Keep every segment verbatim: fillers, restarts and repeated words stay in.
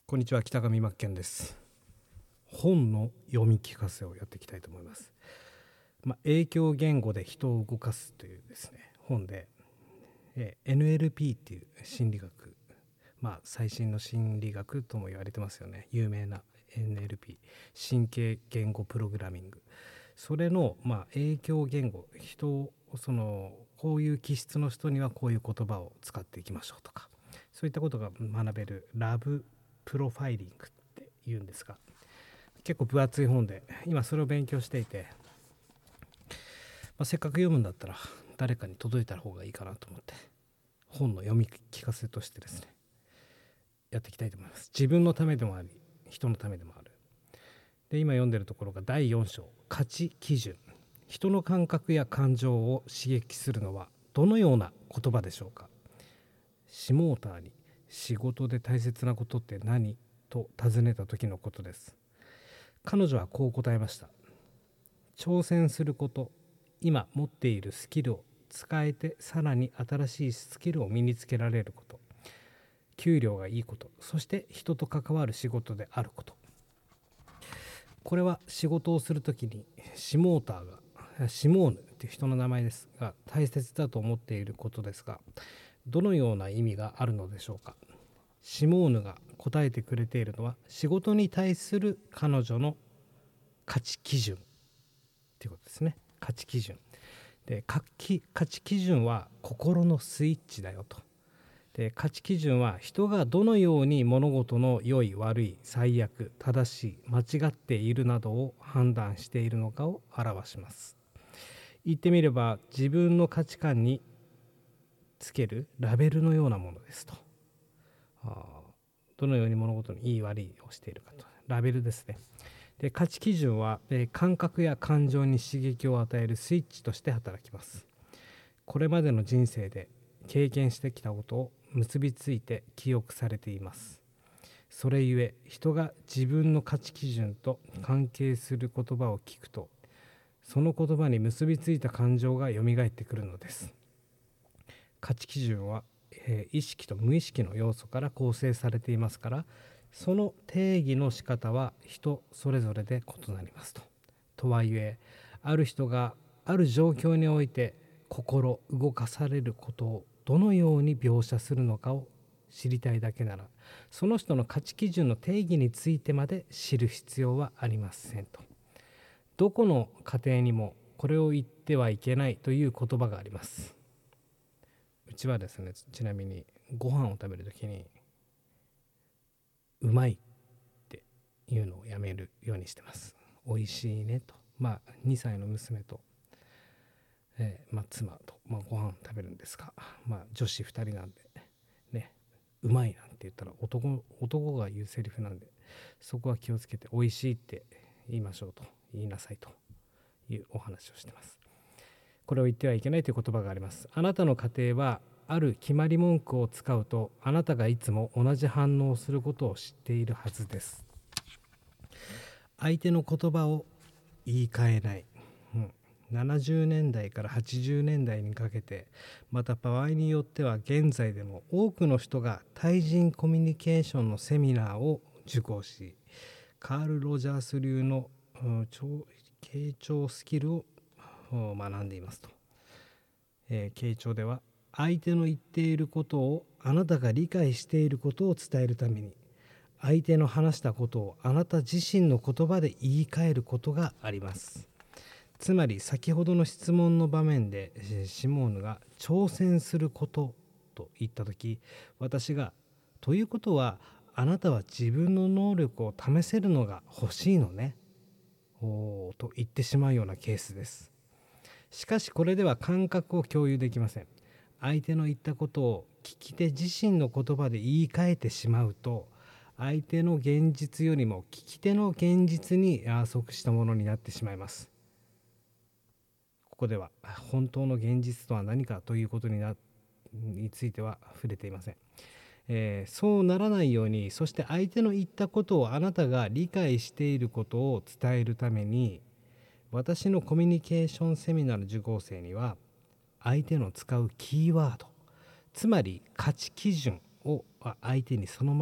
こんにちは、北上真剣です。本の読み聞かせをやっていきたいと思います。まあ、影響言語で人を動かすというですね、本で、えー、エヌエルピー っていう心理学、まあ最新の心理学とも言われてますよね。有名な エヌエルピー、神経言語プログラミング。それのまあ影響言語、人をそのこういう気質の人にはこういう言葉を使っていきましょうとか、そういったことが学べるラブプロファイリングって言うんですが、結構分厚い本で今それを勉強していて、まあ、せっかく読むんだったら誰かに届いた方がいいかなと思って本の読み聞かせとしてですねやっていきたいと思います。自分のためでもあり人のためでもある。で今読んでるところがだいよん章、価値基準。人の感覚や感情を刺激するのはどのような言葉でしょうか。シモーターに仕事で大切なことって何と尋ねた時のことです。彼女はこう答えました。挑戦すること、今持っているスキルを使えてさらに新しいスキルを身につけられること、給料がいいこと、そして人と関わる仕事であること。これは仕事をするときにシモーターがシモーヌという人の名前ですが大切だと思っていることですが、どのような意味があるのでしょうか。シモーヌが答えてくれているのは仕事に対する彼女の価値基準ということですね。価値基準で、価値基準は心のスイッチだよと。で価値基準は人がどのように物事の良い悪い最悪正しい間違っているなどを判断しているのかを表します。言ってみれば自分の価値観につけるラベルのようなものですと。あどのように物事のいい悪いをしているかと、ラベルですね。で価値基準は、えー、感覚や感情に刺激を与えるスイッチとして働きます。これまでの人生で経験してきたことを結びついて記憶されています。それゆえ人が自分の価値基準と関係する言葉を聞くと、その言葉に結びついた感情がよみがえってくるのです。価値基準は、えー、意識と無意識の要素から構成されていますから、その定義の仕方は人それぞれで異なりますと。とはいえある人がある状況において心動かされることをどのように描写するのかを知りたいだけなら、その人の価値基準の定義についてまで知る必要はありませんと。どこの家庭にもこれを言ってはいけないという言葉があります。うちはですね、ちなみにご飯を食べるときにうまいっていうのをやめるようにしてます。おいしいねと。まあにさいの娘と、えーまあ、妻と、まあ、ご飯食べるんですが、まあ、女子ふたりなんでね、うまいなんて言ったら男男が言うセリフなんで、そこは気をつけておいしいって言いましょうと、言いなさいというお話をしてます。これを言ってはいけないという言葉があります。あなたの家庭はある決まり文句を使うと、あなたがいつも同じ反応をすることを知っているはずです。相手の言葉を言い換えない、うん、ななじゅうねんだいからはちじゅうねんだいにかけて、また場合によっては現在でも多くの人が対人コミュニケーションのセミナーを受講し、カール・ロジャース流の、うん、傾聴スキルを学んでいますと。えー、傾聴では相手の言っていることをあなたが理解していることを伝えるために、相手の話したことをあなた自身の言葉で言い換えることがあります。つまり先ほどの質問の場面でシモーヌが挑戦することと言ったとき、私がということはあなたは自分の能力を試せるのが欲しいのねおと言ってしまうようなケースです。しかしこれでは感覚を共有できません。相手の言ったことを聞き手自身の言葉で言い換えてしまうと、相手の現実よりも聞き手の現実に即したものになってしまいます。ここでは本当の現実とは何かということになについては触れていません。えー、そうならないように、そして相手の言ったことをあなたが理解していることを伝えるために、私のコミュニケーションセミナーの受講生には相手の使うキーワード、つまり価値基準を相手にそのまま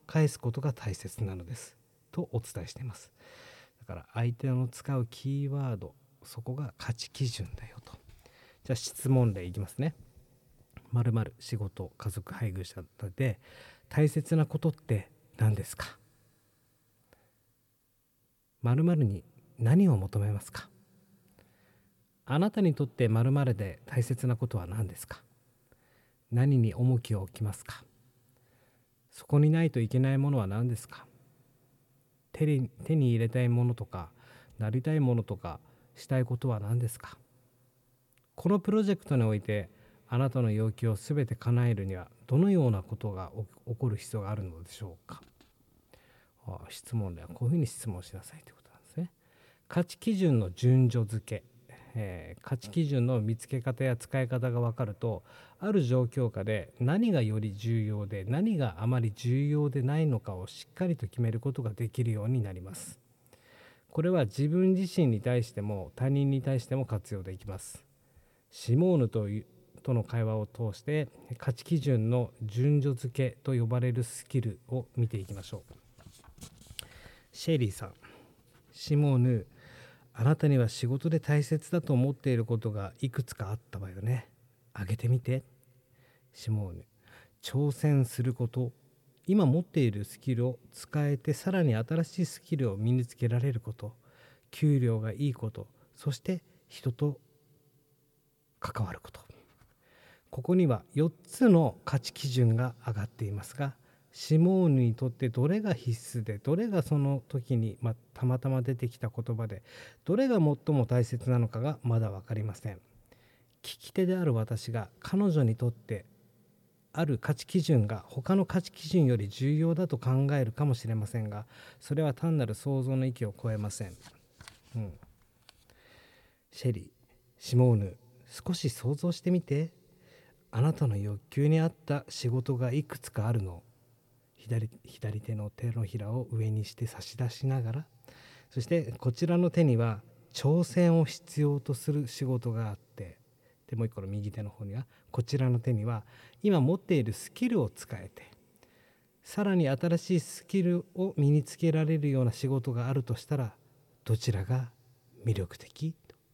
返すことが大切なのですとお伝えしています。だから相手の使うキーワード、そこが価値基準だよと。じゃあ質問例いきますね。〇〇仕事家族配偶者で大切なことって何ですか。〇〇に何を求めますか。あなたにとって〇〇で大切なことは何ですか。何に重きを置きますか。そこにないといけないものは何ですか。手に、手に入れたいものとかなりたいものとかしたいことは何ですか。このプロジェクトにおいてあなたの要求をすべて叶えるにはどのようなことが起こる必要があるのでしょうか。ああ、質問ではこういうふうに質問しなさいということなんですね。価値基準の順序付け、えー、価値基準の見つけ方や使い方が分かると、ある状況下で何がより重要で何があまり重要でないのかをしっかりと決めることができるようになります。これは自分自身に対しても他人に対しても活用できます。シモーヌというとの会話を通して価値基準の順序付けと呼ばれるスキルを見ていきましょう。シェリーさん、シモーヌ、あなたには仕事で大切だと思っていることがいくつかあったわよね。挙げてみて。シモーヌ、挑戦すること、今持っているスキルを使えてさらに新しいスキルを身につけられること、給料がいいこと、そして人と関わること。ここにはよっつの価値基準が挙がっていますが、シモーヌにとってどれが必須で、どれがその時に、まあ、たまたま出てきた言葉で、どれが最も大切なのかがまだ分かりません。聞き手である私が彼女にとってある価値基準が他の価値基準より重要だと考えるかもしれませんが、それは単なる想像の域を超えません。うん、シェリー、シモーヌ、少し想像してみて。あなたの欲求に合った仕事がいくつかあるの。左、左手の手のひらを上にして差し出しながら、そしてこちらの手には挑戦を必要とする仕事があって、でもう一個の右手の方にはこちらの手には今持っているスキルを使えてさらに新しいスキルを身につけられるような仕事があるとしたら、どちらが魅力的？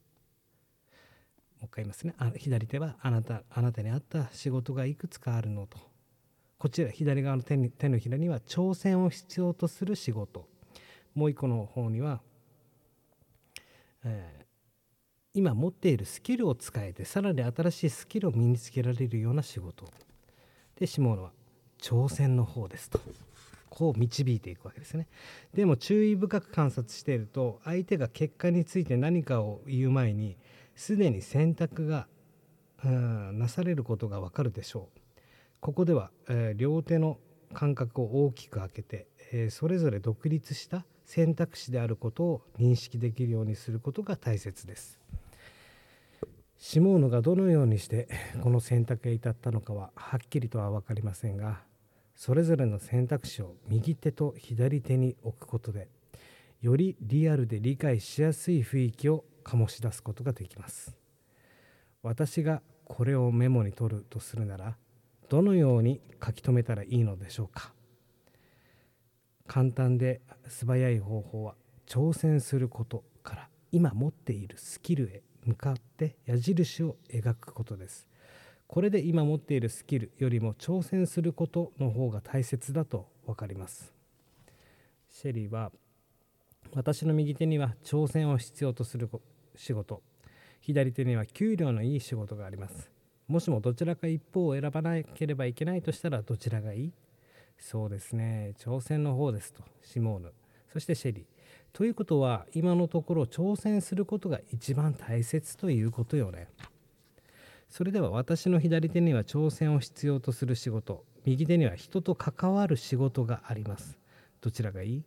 もう一回言いますね。あ、左手はあなた、あなたに合った仕事がいくつかあるのと、こちら左側の 手, に手のひらには挑戦を必要とする仕事、もう一個の方には、えー、今持っているスキルを使えてさらに新しいスキルを身につけられるような仕事で、シモーヌは挑戦の方ですとこう導いていくわけですね。でも注意深く観察していると、相手が結果について何かを言う前にすでに選択がなされることがわかるでしょう。ここでは、えー、両手の間隔を大きく開けて、えー、それぞれ独立した選択肢であることを認識できるようにすることが大切です。シモーヌがどのようにしてこの選択へ至ったのかははっきりとは分かりませんが、それぞれの選択肢を右手と左手に置くことでよりリアルで理解しやすい雰囲気を醸し出すことができます。私がこれをメモに取るとするなら、どのように書き留めたらいいのでしょうか。簡単で素早い方法は、挑戦することから今持っているスキルへ向かって矢印を描くことです。これで今持っているスキルよりも挑戦することの方が大切だと分かります。シェリーは、私の右手には挑戦を必要とする仕事、左手には給料のいい仕事があります。もしもどちらか一方を選ばなければいけないとしたら、どちらがいい？そうですね、挑戦の方ですとシモーヌ、そしてシェリー。ということは、今のところ挑戦することが一番大切ということよね。それでは私の左手には挑戦を必要とする仕事、右手には人と関わる仕事があります。どちらがいい？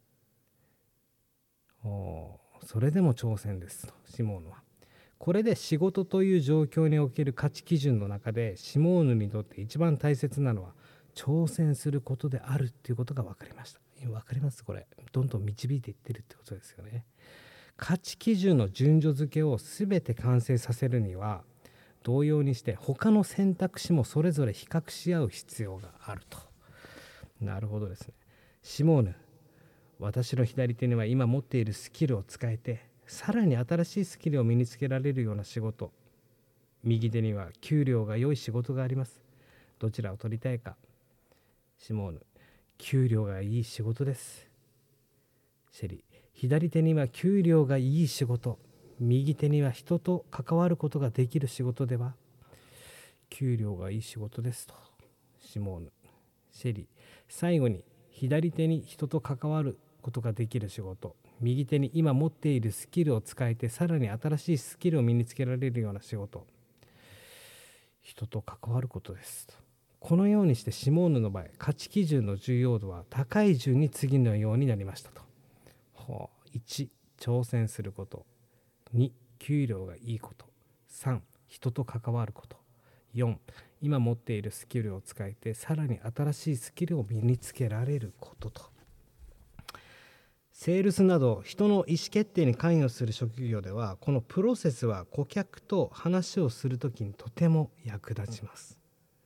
おそれでも挑戦ですとシモーヌは。これで仕事という状況における価値基準の中で、シモーヌにとって一番大切なのは挑戦することであるっていうことが分かりました。分かります？これどんどん導いていってるってことですよね。価値基準の順序付けを全て完成させるには、同様にして他の選択肢もそれぞれ比較し合う必要があると。 なるほどですね。シモーヌ、私の左手には今持っているスキルを使えて、さらに新しいスキルを身につけられるような仕事。右手には給料が良い仕事があります。どちらを取りたいか。シモーヌ、給料がいい仕事です。シェリー、左手には給料がいい仕事、右手には人と関わることができる仕事では。給料がいい仕事ですと。シモーヌ、シェリー、最後に左手に人と関わることができる仕事、右手に今持っているスキルを使えてさらに新しいスキルを身につけられるような仕事、人と関わることですと。このようにしてシモーヌの場合、価値基準の重要度は高い順に次のようになりましたと。いち、挑戦すること。に、給料がいいこと。さん、人と関わること。よん、今持っているスキルを使えてさらに新しいスキルを身につけられることと。セールスなど人の意思決定に関与する職業では、このプロセスは顧客と話をするときにとても役立ちます。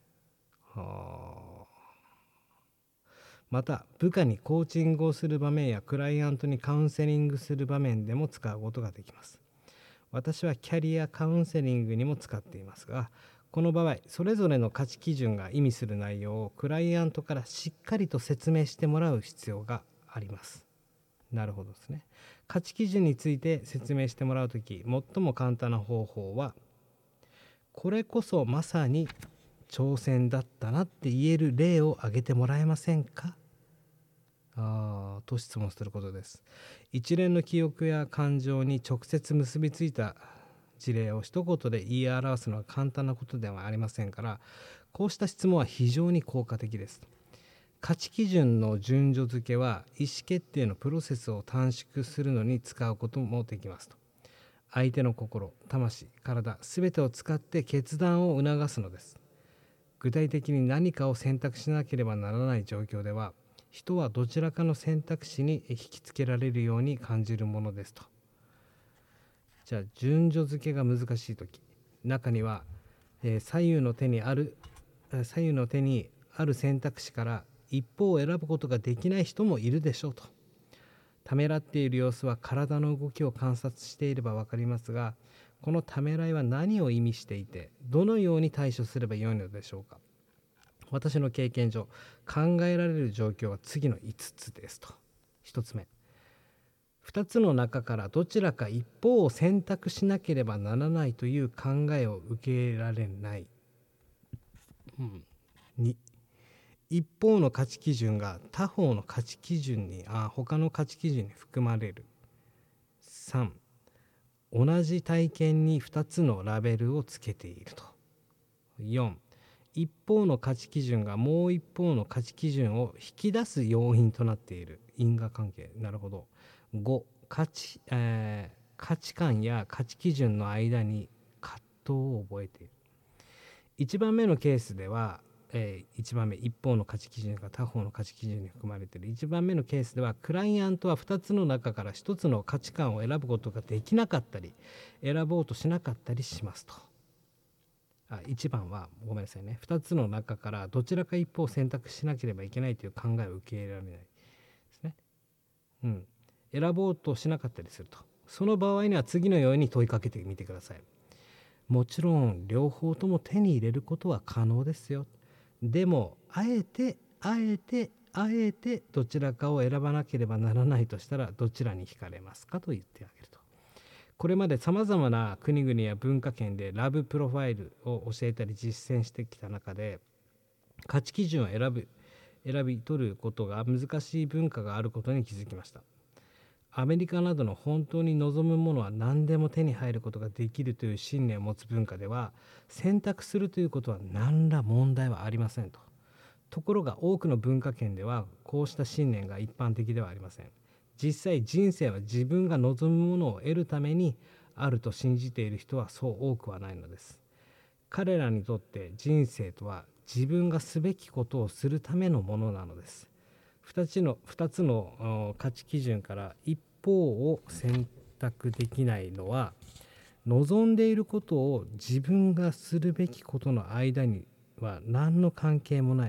はあ。また部下にコーチングをする場面やクライアントにカウンセリングする場面でも使うことができます。私はキャリアカウンセリングにも使っていますが、この場合それぞれの価値基準が意味する内容をクライアントからしっかりと説明してもらう必要があります。なるほどですね。価値基準について説明してもらうとき、最も簡単な方法は、これこそまさに挑戦だったなって言える例を挙げてもらえませんか、あと質問することです。一連の記憶や感情に直接結びついた事例を一言で言い表すのは簡単なことではありませんから、こうした質問は非常に効果的です。価値基準の順序付けは意思決定のプロセスを短縮するのに使うこともできますと。相手の心、魂、体、すべてを使って決断を促すのです。具体的に何かを選択しなければならない状況では、人はどちらかの選択肢に引きつけられるように感じるものですと。じゃあ順序付けが難しいとき、中には、えー、左右の手にある左右の手にある選択肢から一方を選ぶことができない人もいるでしょうと。ためらっている様子は体の動きを観察していれば分かりますが、このためらいは何を意味していて、どのように対処すればよいのでしょうか。私の経験上、考えられる状況は次のいつつですと。ひとつめ、ふたつの中からどちらか一方を選択しなければならないという考えを受け入れられない。うん、に、一方の価値基準が他方の価値基準にあ他の価値基準に含まれる。さん、同じ体験にふたつのラベルをつけていると。よん、一方の価値基準がもう一方の価値基準を引き出す要因となっている。因果関係。なるほど。ご、価値、えー、価値観や価値基準の間に葛藤を覚えている。いちばんめのケースでは、えー、いちばんめ、一方の価値基準が他方の価値基準に含まれている。いちばんめのケースでは、クライアントはふたつの中からひとつの価値観を選ぶことができなかったり、選ぼうとしなかったりしますと。あいちばんはごめんなさいね、ふたつの中からどちらか一方を選択しなければいけないという考えを受け入れられないですね。うん、選ぼうとしなかったりすると。その場合には次のように問いかけてみてください。もちろん両方とも手に入れることは可能ですよ。でもあえてあえてあえてどちらかを選ばなければならないとしたら、どちらに惹かれますかと言ってあげると。これまでさまざまな国々や文化圏でラブプロファイルを教えたり実践してきた中で、価値基準を選ぶ選び取ることが難しい文化があることに気づきました。アメリカなどの本当に望むものは何でも手に入ることができるという信念を持つ文化では、選択するということは何ら問題はありませんと。ところが多くの文化圏ではこうした信念が一般的ではありません。実際人生は自分が望むものを得るためにあると信じている人はそう多くはないのです。彼らにとって人生とは自分がすべきことをするためのものなのです。ふたつの、ふたつの価値基準から一方を選択できないのは、望んでいることを自分がするべきことの間には何の関係もない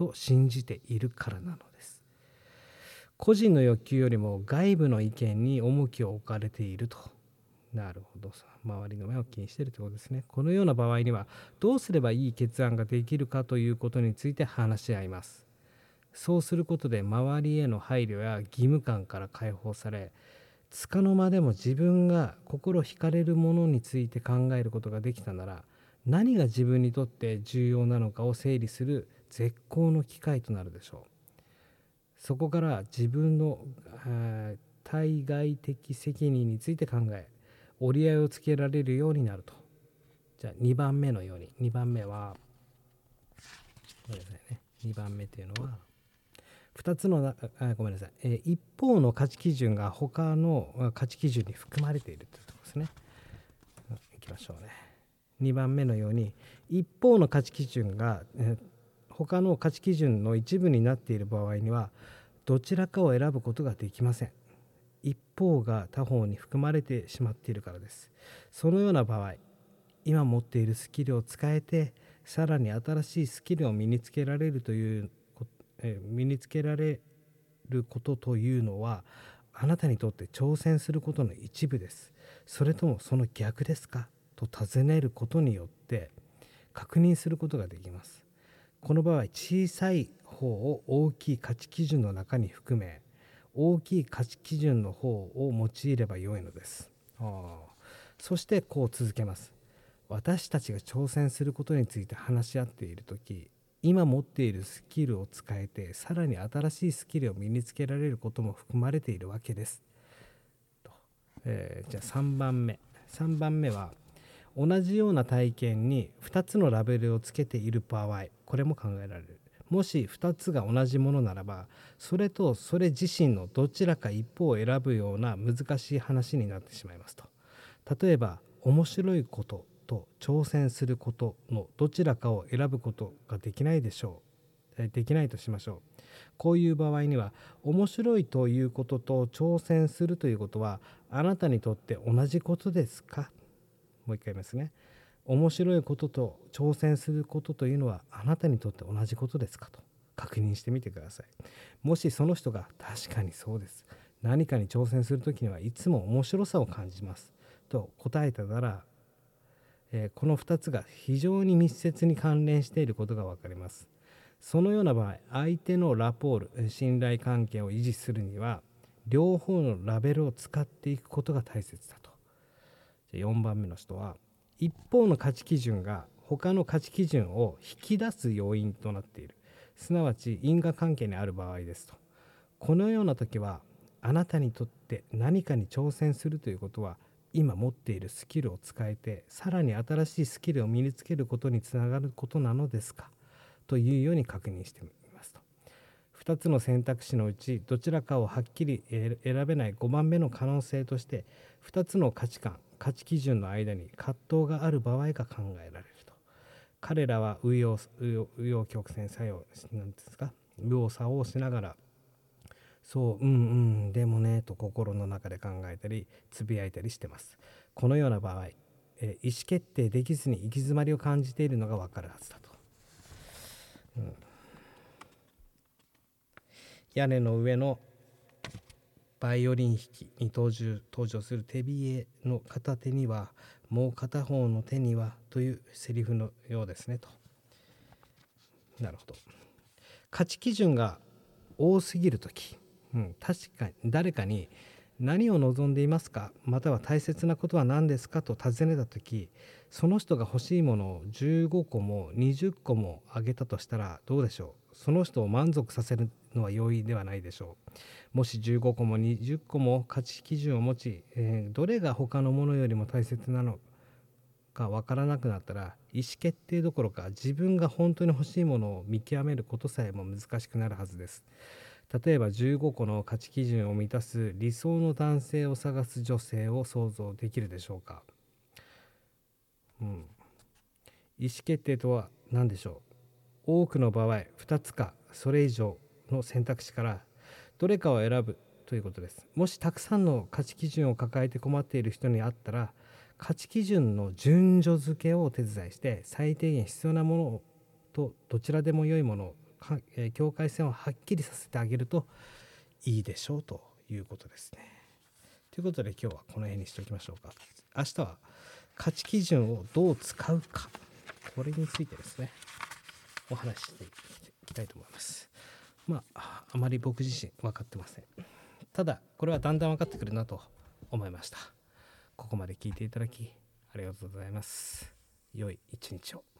と信じているからなのです。個人の欲求よりも外部の意見に重きを置かれていると。なるほど、周りの目を気にしているということですね。このような場合にはどうすればいい決断ができるかということについて話し合います。そうすることで周りへの配慮や義務感から解放され、束の間でも自分が心惹かれるものについて考えることができたなら、何が自分にとって重要なのかを整理する絶好の機会となるでしょう。そこから自分の対外的責任について考え、折り合いをつけられるようになると。じゃあにばんめのように、にばんめはごめんなさいね、にばんめというのはふたつのあごめんなさい、えー、一方の価値基準が他の価値基準に含まれているというところですね。いきましょうね。にばんめのように一方の価値基準が、えー、他の価値基準の一部になっている場合にはどちらかを選ぶことができません。一方が他方に含まれてしまっているからです。そのような場合、今持っているスキルを使えてさらに新しいスキルを身につけられるというえ身につけられることというのはあなたにとって挑戦することの一部です。それともその逆ですかと尋ねることによって確認することができます。この場合、小さい方を大きい価値基準の中に含め、大きい価値基準の方を用いればよいのです。あそしてこう続けます。私たちが挑戦することについて話し合っているとき、今持っているスキルを使えてさらに新しいスキルを身につけられることも含まれているわけですと、えー、じゃあさんばんめさんばんめは同じような体験にふたつのラベルをつけている場合、これも考えられる。もしふたつが同じものならば、それとそれ自身のどちらか一方を選ぶような難しい話になってしまいますと。例えば面白いことと挑戦することのどちらかを選ぶことができないでしょう。できないとしましょう。こういう場合には、面白いということと挑戦するということはあなたにとって同じことですか。もう一回言いますね。面白いことと挑戦することというのはあなたにとって同じことですかと確認してみてください。もしその人が確かにそうです、何かに挑戦するときにはいつも面白さを感じますと答えたなら、えー、このふたつが非常に密接に関連していることが分かります。そのような場合、相手のラポール、信頼関係を維持するには両方のラベルを使っていくことが大切だと。よんばんめの人は、一方の価値基準が他の価値基準を引き出す要因となっている、すなわち因果関係にある場合ですと。このような時は、あなたにとって何かに挑戦するということは今持っているスキルを使えてさらに新しいスキルを身につけることにつながることなのですかというように確認してみますと。ふたつの選択肢のうちどちらかをはっきり選べないごばんめの可能性として、ふたつの価値観価値基準の間に葛藤がある場合が考えられると。彼らは右陽右陽曲線作用なんですか、右往左往しながら、そううんうんでもねと心の中で考えたりつぶやいたりしてます。このような場合、え意思決定できずに行き詰まりを感じているのが分かるはずだと。うん、屋根の上のバイオリン弾きに登場、登場する手冷えの片手にはもう片方の手にはというセリフのようですねと。なるほど。価値基準が多すぎるとき、うん、確かに誰かに何を望んでいますか、または大切なことは何ですかと尋ねたとき、その人が欲しいものをじゅうごこもにじゅっこもあげたとしたらどうでしょう。その人を満足させるのは容易ではないでしょう。もしじゅうごこもにじゅっこも価値基準を持ち、えー、どれが他のものよりも大切なのか分からなくなったら、意思決定どころか自分が本当に欲しいものを見極めることさえも難しくなるはずです。例えばじゅうごこの価値基準を満たす理想の男性を探す女性を想像できるでしょうか。うん、意思決定とは何でしょう。多くの場合ふたつかそれ以上の選択肢からどれかを選ぶということです。もしたくさんの価値基準を抱えて困っている人に会ったら、価値基準の順序付けをお手伝いして、最低限必要なものとどちらでも良いものえー境界線をはっきりさせてあげるといいでしょうということですね。ということで今日はこの辺にしておきましょうか。明日は価値基準をどう使うか、これについてですねお話ししていきたいと思います。まああまり僕自身分かってません。ただこれはだんだん分かってくるなと思いました。ここまで聞いていただきありがとうございます。良い一日を。